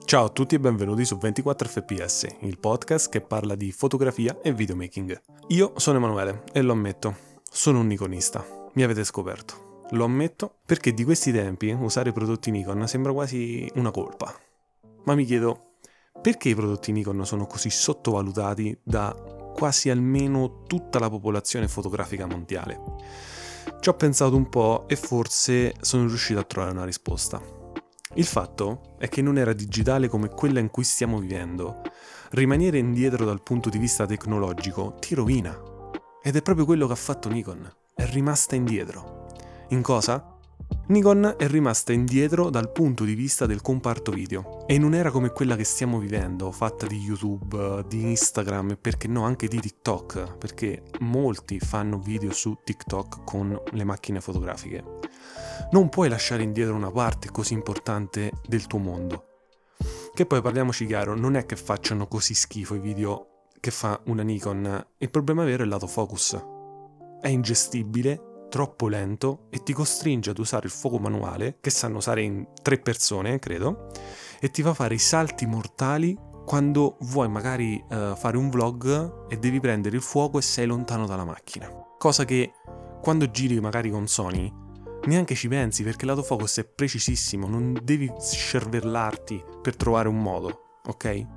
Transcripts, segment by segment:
Ciao a tutti e benvenuti su 24 fps, il podcast che parla di fotografia e videomaking. Io sono Emanuele e lo ammetto, sono un nikonista, mi avete scoperto. Lo ammetto perché di questi tempi usare prodotti Nikon sembra quasi una colpa. Ma mi chiedo, perché i prodotti Nikon sono così sottovalutati da quasi almeno tutta la popolazione fotografica mondiale? Ci ho pensato un po' e forse sono riuscito a trovare una risposta. Il fatto è che in un'era digitale come quella in cui stiamo vivendo, rimanere indietro dal punto di vista tecnologico ti rovina. Ed è proprio quello che ha fatto Nikon. È rimasta indietro. In cosa? Nikon è rimasta indietro dal punto di vista del comparto video. E in un'era come quella che stiamo vivendo, fatta di YouTube, di Instagram e perché no anche di TikTok, perché molti fanno video su TikTok con le macchine fotografiche, non puoi lasciare indietro una parte così importante del tuo mondo. Che poi parliamoci chiaro, non è che facciano così schifo i video che fa una Nikon, il problema vero è il lato focus. È ingestibile, troppo lento e ti costringe ad usare il fuoco manuale, che sanno usare in 3 persone, credo, e ti fa fare i salti mortali quando vuoi magari fare un vlog e devi prendere il fuoco e sei lontano dalla macchina. Cosa che quando giri magari con Sony neanche ci pensi perché l'autofocus è precisissimo, non devi scervellarti per trovare un modo, ok?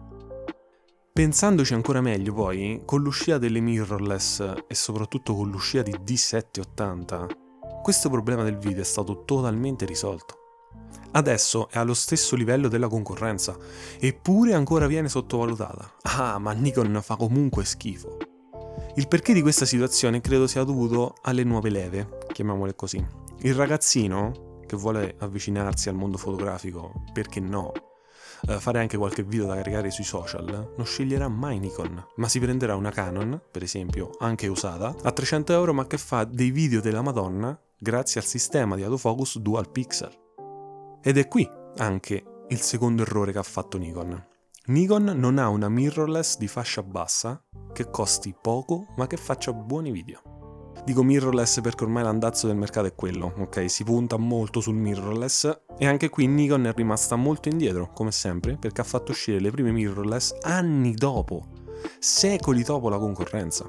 Pensandoci ancora meglio poi, con l'uscita delle mirrorless e soprattutto con l'uscita di D780, questo problema del video è stato totalmente risolto. Adesso è allo stesso livello della concorrenza, eppure ancora viene sottovalutata. Ah, ma Nikon fa comunque schifo. Il perché di questa situazione credo sia dovuto alle nuove leve, chiamiamole così. Il ragazzino che vuole avvicinarsi al mondo fotografico, perché no, fare anche qualche video da caricare sui social, non sceglierà mai Nikon, ma si prenderà una Canon, per esempio, anche usata, a 300 euro ma che fa dei video della Madonna grazie al sistema di autofocus dual pixel. Ed è qui anche il secondo errore che ha fatto Nikon. Nikon non ha una mirrorless di fascia bassa che costi poco ma che faccia buoni video. Dico mirrorless perché ormai l'andazzo del mercato è quello, ok? Si punta molto sul mirrorless e anche qui Nikon è rimasta molto indietro, come sempre, perché ha fatto uscire le prime mirrorless anni dopo, secoli dopo la concorrenza.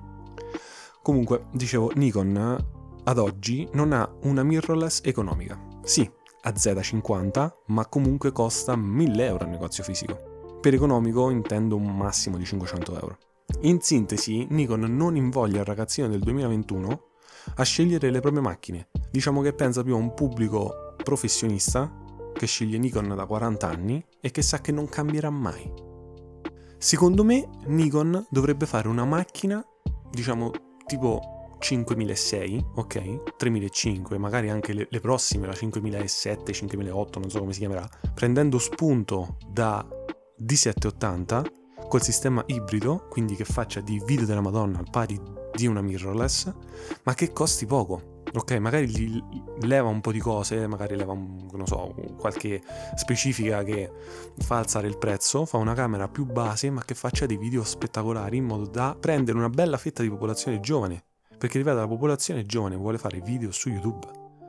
Comunque, dicevo, Nikon ad oggi non ha una mirrorless economica. Sì, a Z50, ma comunque costa 1.000 euro al negozio fisico. Per economico intendo un massimo di 500 euro. In sintesi, Nikon non invoglia il ragazzino del 2021 a scegliere le proprie macchine. Diciamo che pensa più a un pubblico professionista che sceglie Nikon da 40 anni e che sa che non cambierà mai. Secondo me, Nikon dovrebbe fare una macchina, diciamo, tipo 5006, ok? 3005, magari anche le prossime, la 5007, 5008, non so come si chiamerà, prendendo spunto da D780, col sistema ibrido, quindi che faccia di video della Madonna al pari di una mirrorless, ma che costi poco, ok? Magari gli leva un po' di cose, magari leva non so, qualche specifica che fa alzare il prezzo, fa una camera più base, ma che faccia dei video spettacolari in modo da prendere una bella fetta di popolazione giovane, perché ripeto, la popolazione giovane vuole fare video su YouTube.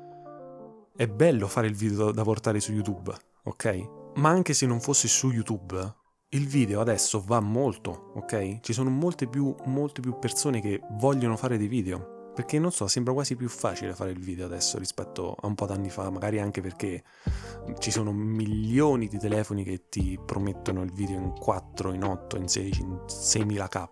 È bello fare il video da portare su YouTube, ok? Ma anche se non fosse su YouTube, il video adesso va molto, ok? Ci sono molte più persone che vogliono fare dei video, perché non so, sembra quasi più facile fare il video adesso rispetto a un po' d'anni fa, magari anche perché ci sono milioni di telefoni che ti promettono il video in 4, in 8, in 16, in 6000K.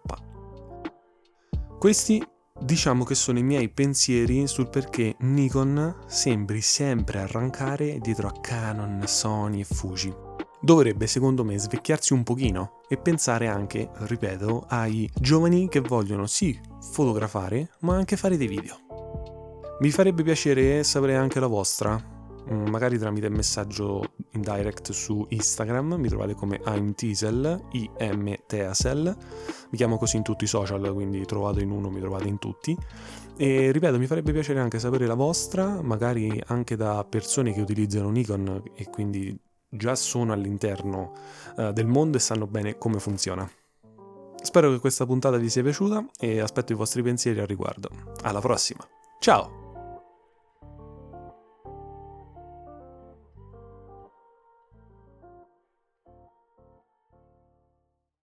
Questi diciamo che sono i miei pensieri sul perché Nikon sembri sempre arrancare dietro a Canon, Sony e Fuji. Dovrebbe, secondo me, svecchiarsi un pochino e pensare anche, ripeto, ai giovani che vogliono sì fotografare, ma anche fare dei video. Mi farebbe piacere sapere anche la vostra, magari tramite messaggio in direct su Instagram, mi trovate come imteasel, imteasel, mi chiamo così in tutti i social, quindi trovate in uno, mi trovate in tutti. E ripeto, mi farebbe piacere anche sapere la vostra, magari anche da persone che utilizzano Nikon e quindi già sono all'interno del mondo e sanno bene come funziona. Spero che questa puntata vi sia piaciuta e aspetto i vostri pensieri al riguardo. Alla prossima! Ciao!